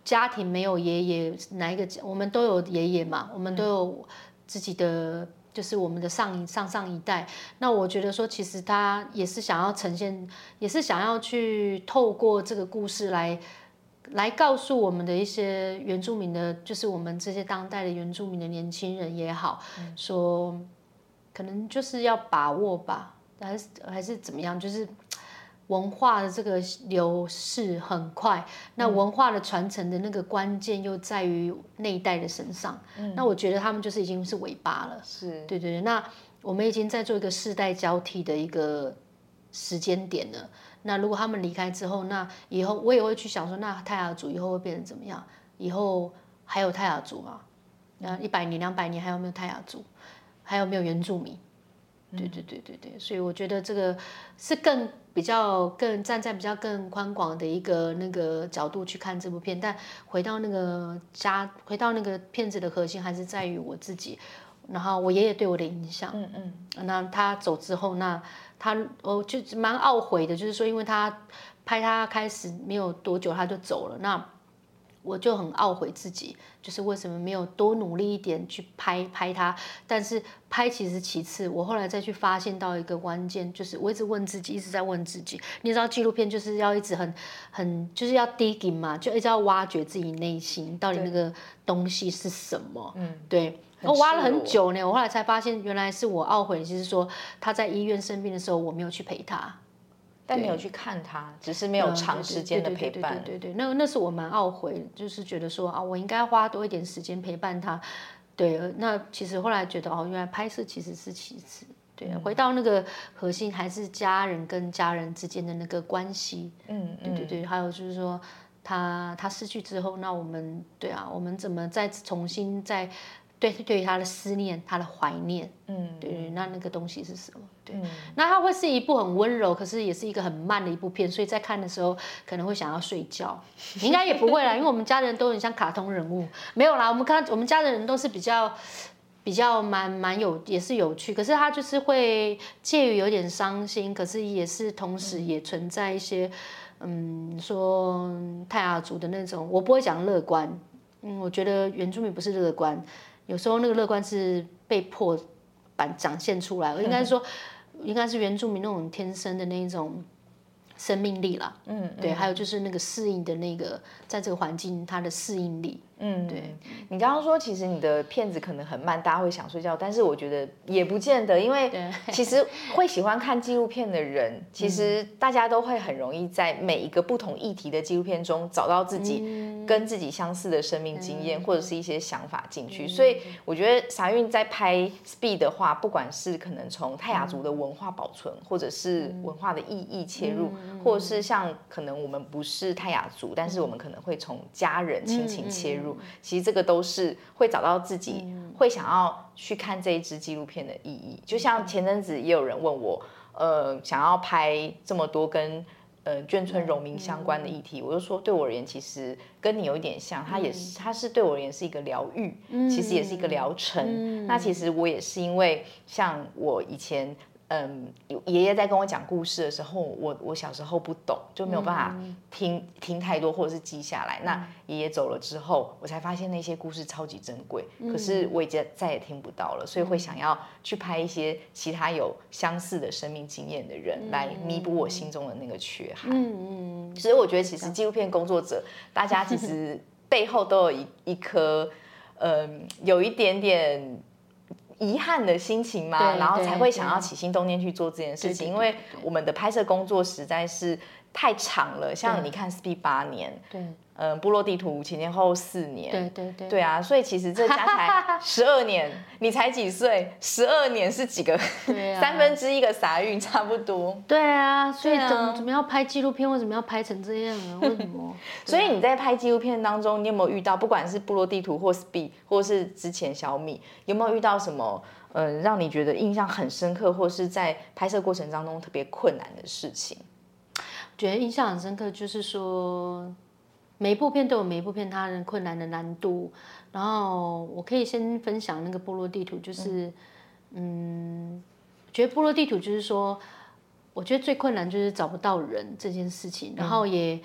家庭没有爷爷，哪一个我们都有爷爷嘛，我们都有自己的。就是我们的上一代，那我觉得说，其实他也是想要呈现，也是想要去透过这个故事来告诉我们的一些原住民的，就是我们这些当代的原住民的年轻人也好，说可能就是要把握吧，还是怎么样，就是文化的这个流逝很快，那文化的传承的那个关键又在于那一代的身上。那我觉得他们就是已经是尾巴了。 是， 对对对。那我们已经在做一个世代交替的一个时间点了。那如果他们离开之后，那以后我也会去想说，那泰雅族以后会变成怎么样？以后还有泰雅族吗？那100年、200年还有没有泰雅族？还有没有原住民？对，所以我觉得这个是更站在比较更宽广的一个那个角度去看这部片，但回到那个片子的核心还是在于我自己，然后我爷爷对我的影响，那他走之后，那我就蛮懊悔的，就是说因为他拍他开始没有多久他就走了，那我就很懊悔自己，就是为什么没有多努力一点去拍他。但是拍其实其次，我后来再去发现到一个关键，就是我一直问自己，一直在问自己。你知道纪录片就是要一直就是要 digging 嘛，就一直要挖掘自己内心到底那个东西是什么。对。我挖了很久呢，我后来才发现，原来是我懊悔，就是说他在医院生病的时候，我没有去陪他。 但没有去看他，只是没有长时间的陪伴。 对，那是我蛮懊悔，就是觉得说啊，我应该花多一点时间陪伴他。对，那其实后来觉得哦，原来拍摄其实是其次。对，回到那个核心还是家人跟家人之间的那个关系。对，还有就是说他失去之后，那我们我们怎么再重新对于他的思念，他的怀念，对，那个东西是什么？对，那它会是一部很温柔，可是也是一个很慢的一部片，所以在看的时候可能会想要睡觉，应该也不会啦，因为我们家人都很像卡通人物，没有啦，我们家的人都是比较蛮也是有趣，可是他就是会介于有点伤心，可是也是同时也存在一些，说泰雅族的那种，我不会讲乐观，我觉得原住民不是乐观。有时候那个乐观是被迫展现出来，应该是原住民那种天生的那一种生命力啦。对，还有就是那个适应的那个，在这个环境它的适应力。对。 你刚刚说，其实你的片子可能很慢，大家会想睡觉，但是我觉得也不见得，因为其实会喜欢看纪录片的人，其实大家都会很容易在每一个不同议题的纪录片中找到自己跟自己相似的生命经验，或者是一些想法进去。所以我觉得傻韵在拍 Speed 的话，不管是可能从泰雅族的文化保存，或者是文化的意义切入，或者是像可能我们不是泰雅族，但是我们可能会从家人亲情切入。其实这个都是会找到自己会想要去看这一支纪录片的意义。就像前阵子也有人问我，想要拍这么多跟眷村荣民相关的议题，我就说对我而言，其实跟你有一点像，它是对我而言是一个疗愈，其实也是一个疗程。那其实我也是因为像我以前。爷爷在跟我讲故事的时候，我小时候不懂，就没有办法听太多，或者是记下来。那爷爷走了之后，我才发现那些故事超级珍贵，可是我已经再也听不到了，所以会想要去拍一些其他有相似的生命经验的人，来弥补我心中的那个缺憾。所以我觉得，其实纪录片工作者，大家其实背后都有一颗，有一点点。遗憾的心情嘛，然后才会想要起心动念去做这件事情，因为我们的拍摄工作实在是太长了，像你看 Speed 8年，部落地图前后4年，对啊，所以其实这加起来12年，你才几岁？12年是几个1/3个傻韵差不多。 对啊，所以怎么要拍纪录片？为什么要拍成这样啊？为什么？ 所以你在拍纪录片当中，你有没有遇到，不管是部落地图或 Speed， 或是之前小米，有没有遇到什么让你觉得印象很深刻，或是在拍摄过程当中特别困难的事情？ 觉得印象很深刻，就是说。每一部片都有每一部片它的困难的难度，然后我可以先分享那个部落地图，就是觉得部落地图就是说，我觉得最困难就是找不到人这件事情，然后也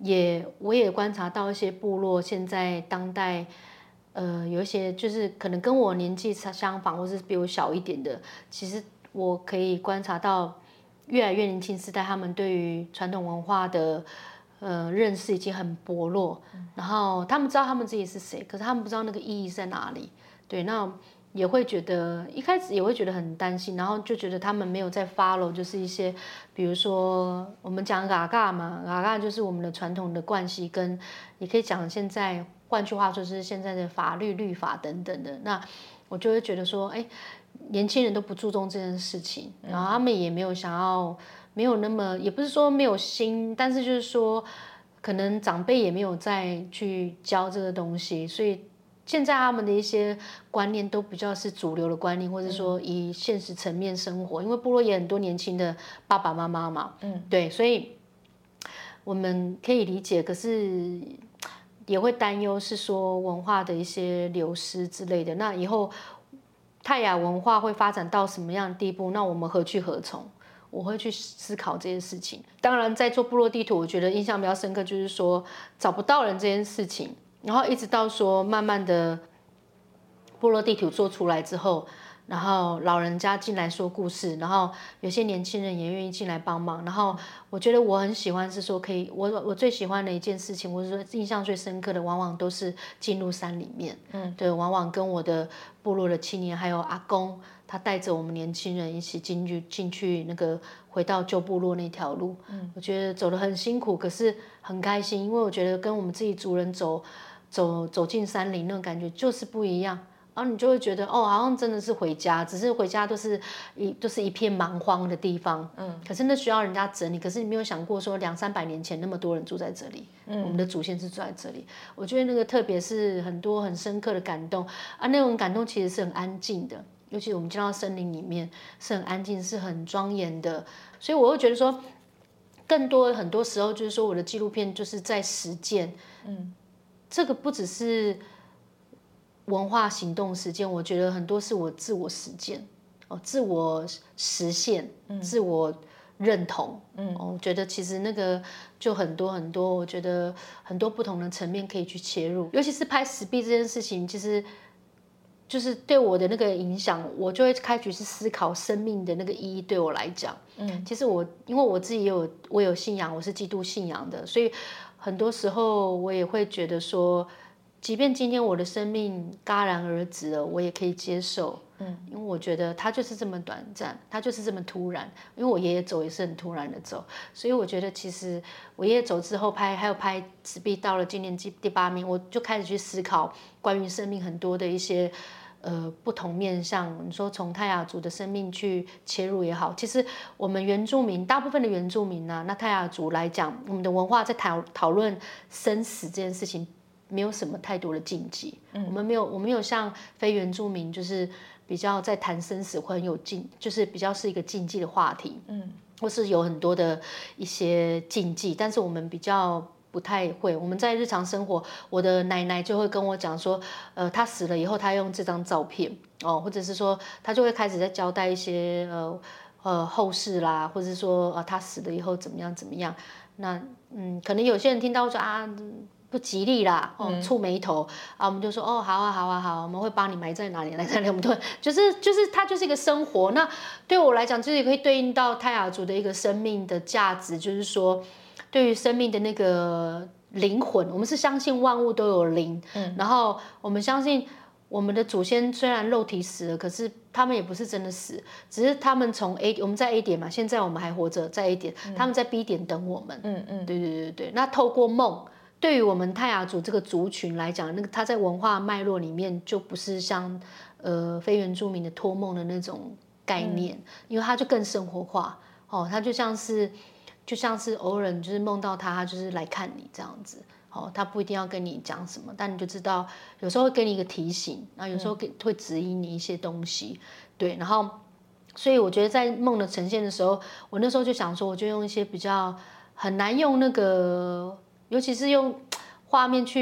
我也观察到一些部落现在当代，有一些就是可能跟我年纪相仿，或是比我小一点的，其实我可以观察到越来越年轻世代，他们对于传统文化的认识已经很薄弱，然后他们知道他们自己是谁，可是他们不知道那个意义在哪里。对，那也会觉得一开始也会觉得很担心，然后就觉得他们没有在 follow，就是一些，比如说我们讲嘎嘎嘛，嘎嘎就是我们的传统的惯习，跟也可以讲现在，换句话说是现在的法律、律法等等的。那我就会觉得说，哎，年轻人都不注重这件事情，然后他们也没有想要，没有那么，也不是说没有心，但是就是说，可能长辈也没有再去教这个东西，所以。现在他们的一些观念都比较是主流的观念，或者说以现实层面生活，因为部落也很多年轻的爸爸妈妈嘛，对，所以我们可以理解，可是也会担忧是说文化的一些流失之类的。那以后泰雅文化会发展到什么样的地步？那我们何去何从？我会去思考这件事情。当然，在做部落地图，我觉得印象比较深刻，就是说找不到人这件事情。然后一直到说慢慢的部落地图做出来之后，然后老人家进来说故事，然后有些年轻人也愿意进来帮忙。然后我觉得我很喜欢是说可以，我最喜欢的一件事情，或者说印象最深刻的，往往都是进入山里面。对，往往跟我的部落的青年还有阿公，他带着我们年轻人一起进去那个回到旧部落那条路。我觉得走得很辛苦，可是很开心，因为我觉得跟我们自己族人走进山林那种感觉就是不一样，然后你就会觉得哦，好像真的是回家，只是回家都是一片蛮荒的地方，可是那需要人家整理。可是你没有想过说200-300年前那么多人住在这里，我们的祖先是住在这里。我觉得那个特别是很多很深刻的感动啊，那种感动其实是很安静的，尤其我们进到森林里面是很安静，是很庄严的，所以我会觉得说，更多很多时候就是说我的纪录片就是在实践，这个不只是文化行动实践，我觉得很多是我自我实践，自我实现，自我认同，我觉得其实那个就很多很多，我觉得很多不同的层面可以去切入，尤其是拍石壁这件事情，其实就是对我的那个影响，我就会开始去思考生命的那个意义。对我来讲，其实因为我自己我有信仰，我是基督信仰的，所以很多时候我也会觉得说，即便今天我的生命戛然而止了，我也可以接受，因为我觉得它就是这么短暂，它就是这么突然。因为我爷爷走也是很突然的走，所以我觉得其实我爷爷走之后还有拍石壁到了今年第8名，我就开始去思考关于生命很多的一些。不同面向，你说从泰雅族的生命去切入也好，其实我们原住民大部分的原住民呢，那泰雅族来讲，我们的文化在讨论生死这件事情，没有什么太多的禁忌。我们没有像非原住民，就是比较在谈生死会很有就是比较是一个禁忌的话题，或是有很多的一些禁忌，但是我们比较。不太会，我们在日常生活，我的奶奶就会跟我讲说，她死了以后，她用这张照片或者是说，她就会开始在交代一些后事啦，或者是说她死了以后怎么样怎么样。那可能有些人听到说啊不吉利啦，触眉头啊，我们就说好啊好啊好，我们会帮你埋在哪里来在哪里，我们都就是它就是一个生活。那对我来讲，就是可以对应到泰雅族的一个生命的价值，就是说。对于生命的那个灵魂，我们是相信万物都有灵，然后我们相信我们的祖先虽然肉体死了，可是他们也不是真的死，只是他们从我们在 A 点嘛，现在我们还活着在 A 点，他们在 B 点等我们，对。那透过梦，对于我们泰雅族这个族群来讲，那个他在文化脉络里面就不是像非原住民的托梦的那种概念，因为它就更生活化，它就像是偶尔你就是梦到他就是来看你这样子，他不一定要跟你讲什么，但你就知道有时候会给你一个提醒，然后有时候会指引你一些东西，对，然后所以我觉得在梦的呈现的时候，我那时候就想说，我就用一些比较很难用那个，尤其是用画面去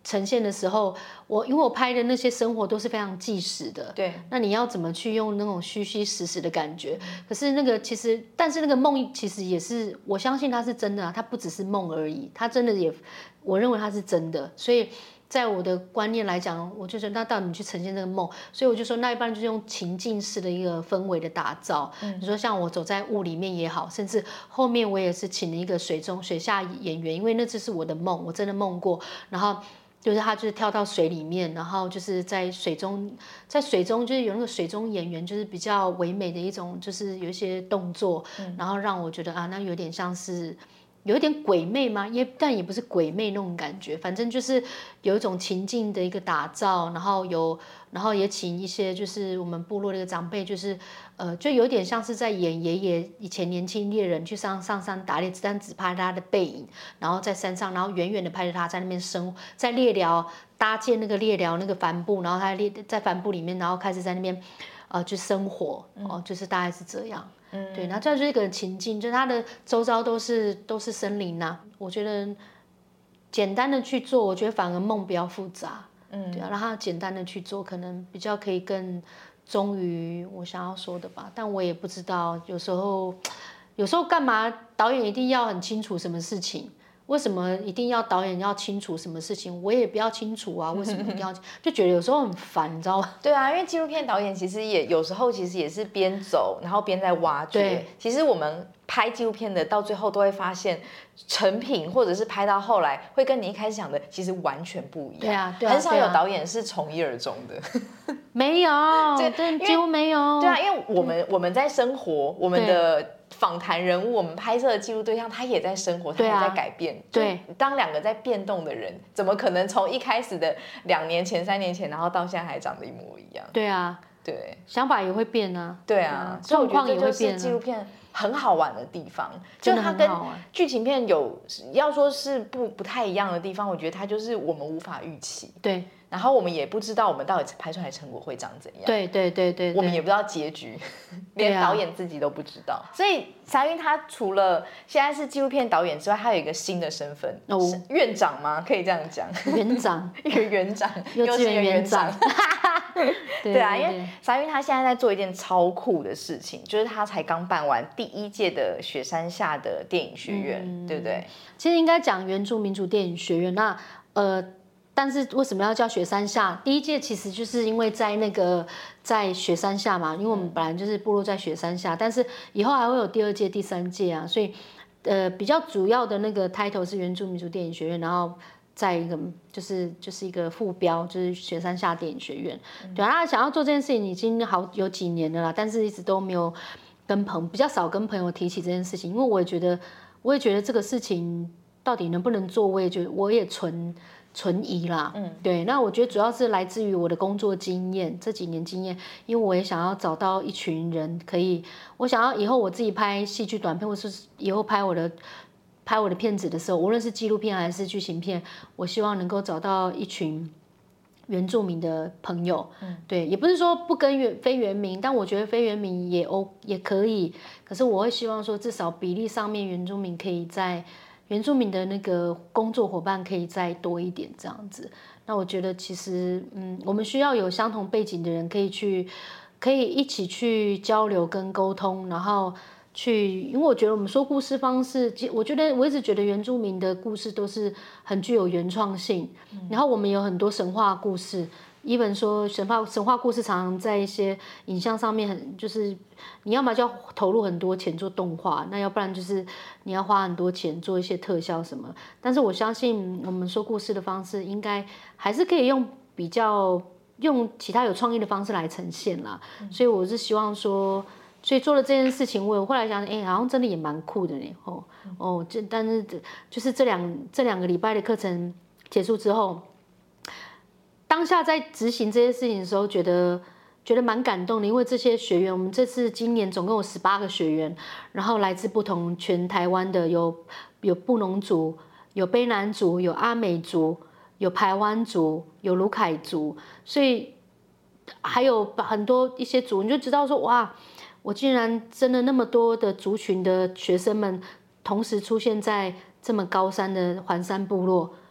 呈现的时候，因为我拍的那些生活都是非常纪实的， 对， 那你要怎么去用那种虚虚实实的感觉？可是那个其实，但是那个梦其实也是，我相信它是真的啊，它不只是梦而已，它真的也，我认为它是真的，所以。在我的观念来讲，我就觉得那到底你去呈现这个梦，所以我就说那一般就是用情境式的一个氛围的打造。你说像我走在雾里面也好，甚至后面我也是请了一个水下演员，因为那就是我的梦，我真的梦过。然后就是他就是跳到水里面，然后就是在水中就是有那个水中演员，就是比较唯美的一种，就是有一些动作，然后让我觉得啊，那有点像是。有一点鬼魅吗？但也不是鬼魅那种感觉，反正就是有一种情境的一个打造，然后也请一些就是我们部落的一个长辈，就是就有点像是在演爷爷以前年轻猎人去上山打猎，但只拍他的背影，然后在山上，然后远远的拍着他在那边在猎寮搭建那个猎寮那个帆布，然后他在帆布里面，然后开始在那边就生活就是大概是这样。对，然后这就是一个情境，就是它的周遭都是森林呐。我觉得简单的去做，我觉得反而梦比较复杂。对啊，让它简单的去做，可能比较可以更忠于我想要说的吧。但我也不知道，有时候干嘛导演一定要很清楚什么事情？为什么一定要导演要清楚什么事情？我也不要清楚啊，为什么一定要？就觉得有时候很烦，你知道吗？ 对啊，因为纪录片导演其实有时候其实也是边走，然后边在挖掘。 对， 其实我们拍纪录片的到最后都会发现，成品或者是拍到后来会跟你一开始想的其实完全不一样。 对啊， 很少有导演是从一而终的。 没有，对，几乎没有。 对啊，因为我们在生活，我们的访谈人物，我们拍摄的记录对象，他也在生活，他也在改变。 对， 当两个在变动的人，怎么可能从一开始的2年前、3年前，然后到现在还长得一模一样？ 对啊， 对， 想法也会变啊。 对啊，所以我觉得这就是纪录片很好玩的地方，就是它跟剧情片要说是不太一样的地方，我觉得它就是我们无法预期。 对。 然后我们也不知道我们到底拍出来的成果会长怎样。 对， 我们也不知道结局，连导演自己都不知道。所以霞韵她除了现在是纪录片导演之外，她有一个新的身份，院长吗？可以这样讲。 园长， 一个园长， 幼稚园园长。 对啊，因为霞韵她现在在做一件超酷的事情，就是她才刚办完第1届的雪山下的电影学院，对不对？ 其实应该讲原住民族电影学院。那但是为什么要叫雪山下？第1届其实就是因为在雪山下嘛，因为我们本来就是部落在雪山下，但是以后还会有第2届、第3届啊，所以比较主要的那个 title 是原住民族电影学院，然后在一个就是一个副标就是雪山下电影学院。对啊，想要做这件事情已经有几年了啦，但是一直都没有比较少跟朋友提起这件事情，因为我也觉得这个事情到底能不能做，我也存疑啦。对，那我觉得主要是来自于我的工作经验，这几年经验，因为我也想要找到一群人我想要以后我自己拍戏剧短片，或是以后拍我的片子的时候，无论是纪录片还是剧情片，我希望能够找到一群原住民的朋友。对，也不是说不跟非原民，但我觉得非原民也可以，可是我会希望说至少比例上面原住民可以在原住民的那个工作伙伴可以再多一点这样子。那我觉得其实我们需要有相同背景的人可以一起去交流跟沟通，然后因为我觉得我们说故事方式，我一直觉得原住民的故事都是很具有原创性。然后我们有很多神话故事，even说神话故事常常在一些影像上面就是你要么就要投入很多钱做动画，那要不然就是你要花很多钱做一些特效什么。但是我相信我们说故事的方式应该还是可以用其他有创意的方式来呈现啦。所以我是希望说，所以做了这件事情，我后来想，好像真的也蛮酷的呢。但是就是这两个礼拜的课程结束之后，当下在执行这些事情的时候，觉得蛮感动的，因为这些学员，我们今年总共有18个学员，然后来自不同全台湾的，有布农族，有卑南族，有阿美族，有排湾族，有鲁凯族，所以还有很多一些族，你就知道说哇，我竟然真的那么多的族群的学生们同时出现在这么高山的环山部落，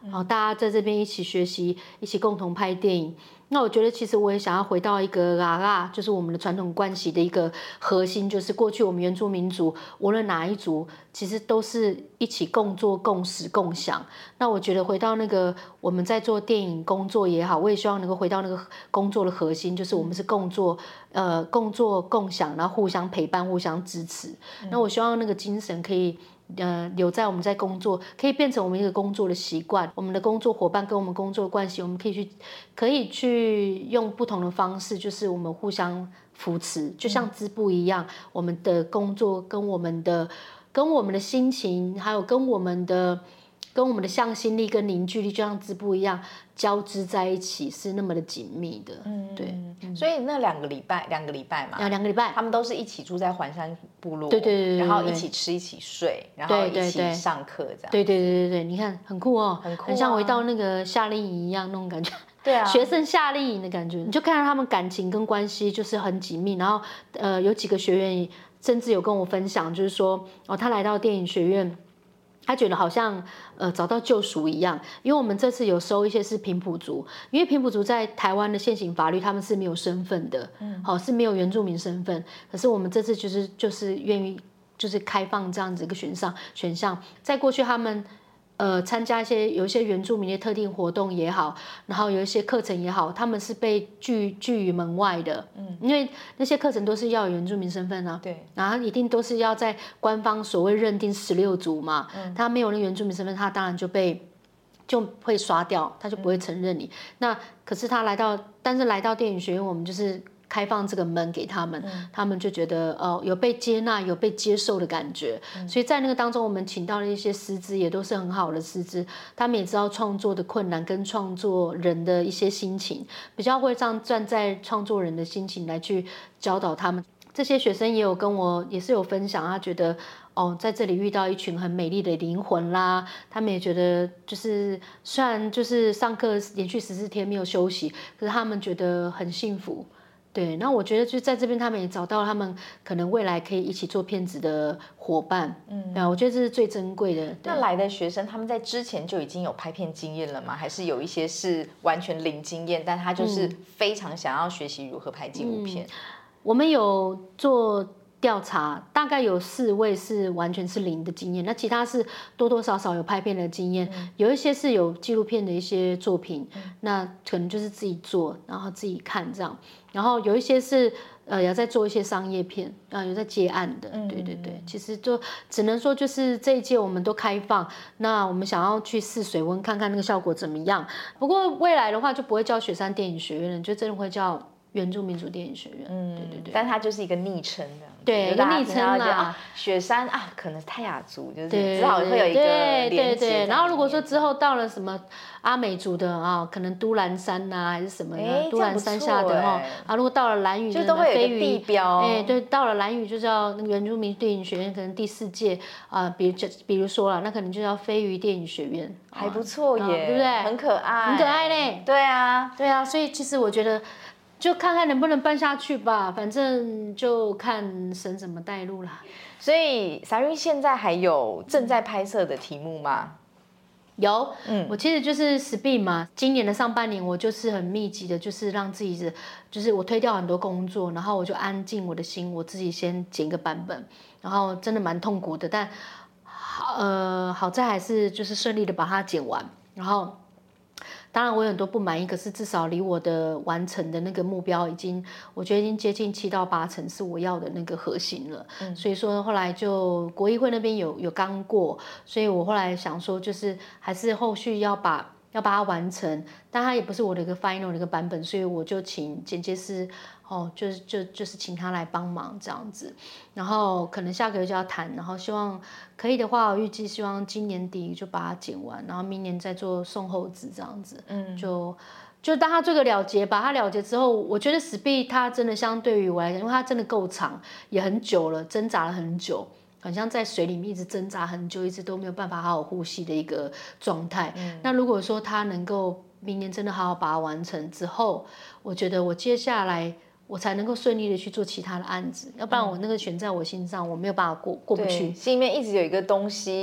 好，大家在这边一起学习，一起共同拍电影。那我觉得其实我也想要回到一个就是我们的传统关系的一个核心，就是过去我们原住民族无论哪一族，其实都是一起共作、共识、共享。那我觉得回到那个我们在做电影工作也好，我也希望能够回到那个工作的核心，就是我们是共作、共享，然后互相陪伴、互相支持。那我希望那个精神可以。留在我们在工作，可以变成我们一个工作的习惯。我们的工作伙伴跟我们工作的关系，我们可以去用不同的方式，就是我们互相扶持，就像织布一样，我们的工作跟我们的心情，还有跟我们的向心力跟凝聚力，就像织布一样交织在一起，是那么的紧密的。对。 所以那2个礼拜嘛 ，2个礼拜， 他们都是一起住在环山部落， 对， 然后一起吃一起睡，然后一起上课这样。 对，你看很酷哦，很像回到那个夏令营一样那种感觉。 对啊， 学生夏令营的感觉，你就看到他们感情跟关系就是很紧密。然后有几个学员甚至有跟我分享，就是说他来到电影学院。他觉得好像找到救赎一样，因为我们这次有收一些是平埔族，因为平埔族在台湾的现行法律他们是没有身份的，是没有原住民身份。可是我们这次就是愿意就是开放这样子一个选项，在过去他们。参加有一些原住民的特定活动也好，然后有一些课程也好，他们是被拒于门外的，因为那些课程都是要有原住民身份啊， 对， 然后一定都是要在官方所谓认定16族嘛，他没有那原住民身份，他当然就会刷掉，他就不会承认你。那可是但是来到电影学院，我们就是开放这个门给他们，他们就觉得有被接纳、有被接受的感觉。所以在那个当中，我们请到了一些师资，也都是很好的师资，他们也知道创作的困难跟创作人的一些心情，比较会站在创作人的心情来去教导他们。这些学生也有跟我也是有分享，他觉得在这里遇到一群很美丽的灵魂啦，他们也觉得就是虽然就是上课连续14天没有休息，可是他们觉得很幸福。对，那我觉得就在这边，他们也找到他们可能未来可以一起做片子的伙伴。对，我觉得这是最珍贵的。 那来的学生，他们在之前就已经有拍片经验了吗？还是有一些是完全零经验，但他就是非常想要学习如何拍纪录片？ 我们有做调查，大概有4位是完全是零的经验，那其他是多多少少有拍片的经验，有一些是有纪录片的一些作品，那可能就是自己做，然后自己看这样，然后有一些是也在做一些商业片，有在接案的，对，其实就只能说就是这一届我们都开放，那我们想要去试水温，看看那个效果怎么样。不过未来的话就不会叫雪山电影学院了，就真的会叫原住民族电影学院，对， 但它就是一个昵称的， 对，一个昵称啦。 雪山可能是泰雅族，就是至少会有一个连接。 然后如果说之后到了什么阿美族的可能都兰山呐，还是什么都兰山下的如果到了兰屿， 就都会有一个地标。 对，到了兰屿就叫那个原住民电影学院，可能第4届比如说了，那可能就叫飞鱼电影学院， 还不错耶， 对不对？ 很可爱， 很可爱嘞。 对啊， 所以其实我觉得。就看看能不能办下去吧，反正就看神怎么带路啦。 所以撒韵现在还有正在拍摄的题目吗？ 有，我其实就是 Speed 嘛，今年的上半年我就是很密集的，就是让自己就是我推掉很多工作，然后我就安静我的心，我自己先剪一个版本，然后真的蛮痛苦的，但好在还是就是顺利的把它剪完，然后。当然我有很多不满意，可是至少离我的完成的那个目标我觉得已经接近7到8成是我要的那个核心了。所以说后来就国议会那边有刚过，所以我后来想说就是还是后续要把它完成，但它也不是我的一个 final 的一个版本，所以我就请剪接师就是请他来帮忙这样子，然后可能下个月就要谈，然后希望可以的话，我预计希望今年底就把它剪完，然后明年再做送后制这样子，就当他做个了结，把它了结之后，我觉得Speed它真的相对于我来讲，因为它真的够长，也很久了，挣扎了很久。好像在水里面一直挣扎很久，一直都没有办法好好呼吸的一个状态。那如果说他能够明年真的好好把它完成之后，我觉得我接下来我才能够顺利的去做其他的案子，要不然我那个悬在我心上，我没有办法过不去。 心里面一直有一个东西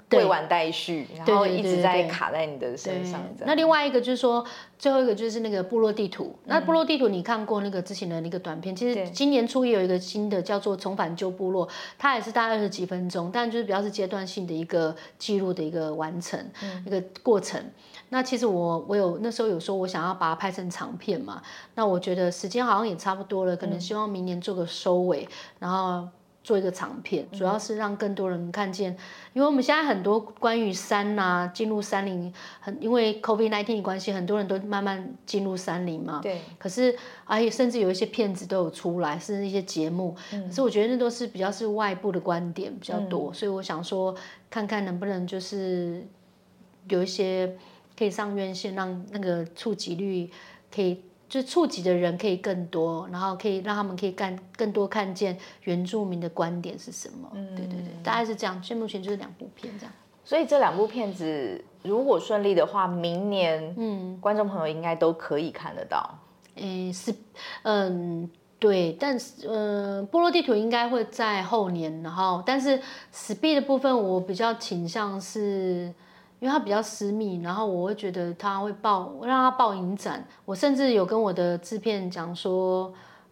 未完待续，然后一直在卡在你的身上。 那另外一个就是说，最后一个就是那个部落地图。那部落地图你看过那个之前的那个短片？其实今年初也有一个新的叫做《重返旧部落》，它也是大概20几分钟，但就是比较是阶段性的一个记录的一个完成，一个过程。那其实我有那时候有说我想要把它拍成长片嘛，那我觉得时间好像也差不多了，可能希望明年做个收尾，然后做一个长片，主要是让更多人看见，因为我们现在很多关于山啊，进入山林，因为 COVID-19 的关系，很多人都慢慢进入山林嘛。 对。 可是甚至有一些片子都有出来，甚至一些节目，可是我觉得那都是比较是外部的观点比较多，所以我想说，看看能不能就是有一些可以上院线，让那个触及率可以。就是触及的人可以更多，然后可以让他们可以更多看见原住民的观点是什么。对，大概是这样。现目前就是2部片这样。 所以这2部片子如果顺利的话，明年观众朋友应该都可以看得到。 对，但是部落地图应该会在后年，然后但是 Speed 的部分我比较倾向是。因为它比较私密，然后我会觉得它会让它报影展。我甚至有跟我的制片讲说，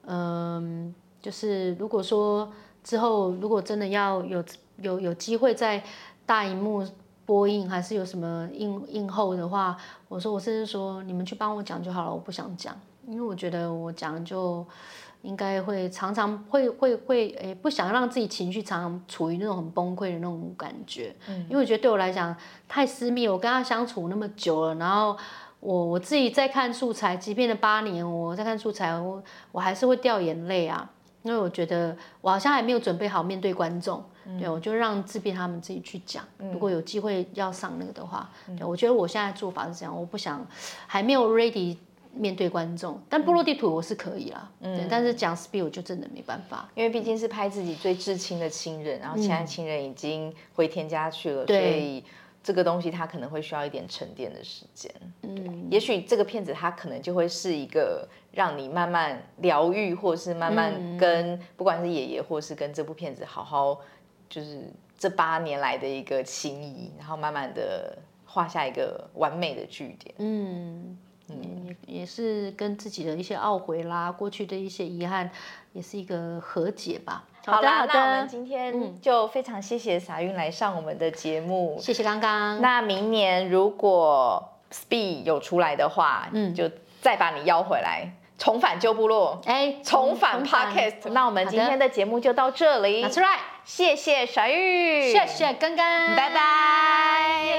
就是如果说之后如果真的要有机会在大荧幕播映，还是有什么映后的话，我甚至说你们去帮我讲就好了，我不想讲，因为我觉得我讲就。应该会常常会不想让自己情绪常常处于那种很崩溃的那种感觉，因为我觉得对我来讲太私密，我跟他相处那么久了，然后我自己在看素材，即便了8年，我在看素材，我还是会掉眼泪啊，因为我觉得我好像还没有准备好面对观众，对，我就让制片他们自己去讲，如果有机会要上那个的话，对，我觉得我现在做法是这样，我不想还没有 ready。面对观众，但部落地图我是可以啦，但是讲 Speed 我就真的没办法， 因为毕竟是拍自己最至亲的亲人，然后现在亲人已经回天家去了，所以这个东西它可能会需要一点沉淀的时间。也许这个片子它可能就会是一个让你慢慢疗愈，或者是慢慢跟不管是爷爷，或是跟这部片子好好，就是这8年来的一个情谊，然后慢慢的画下一个完美的句点。 也是跟自己的一些懊悔啦，过去的一些遗憾，也是一个和解吧。 好啦，那我们今天就非常谢谢撒韵来上我们的节目， 谢谢刚刚。 那明年如果 Speed 有出来的话，就再把你邀回来，重返旧部落，重返 Podcast。那我们今天的节目就到这里， That's right， 谢谢撒韵， 谢谢刚刚， 拜拜。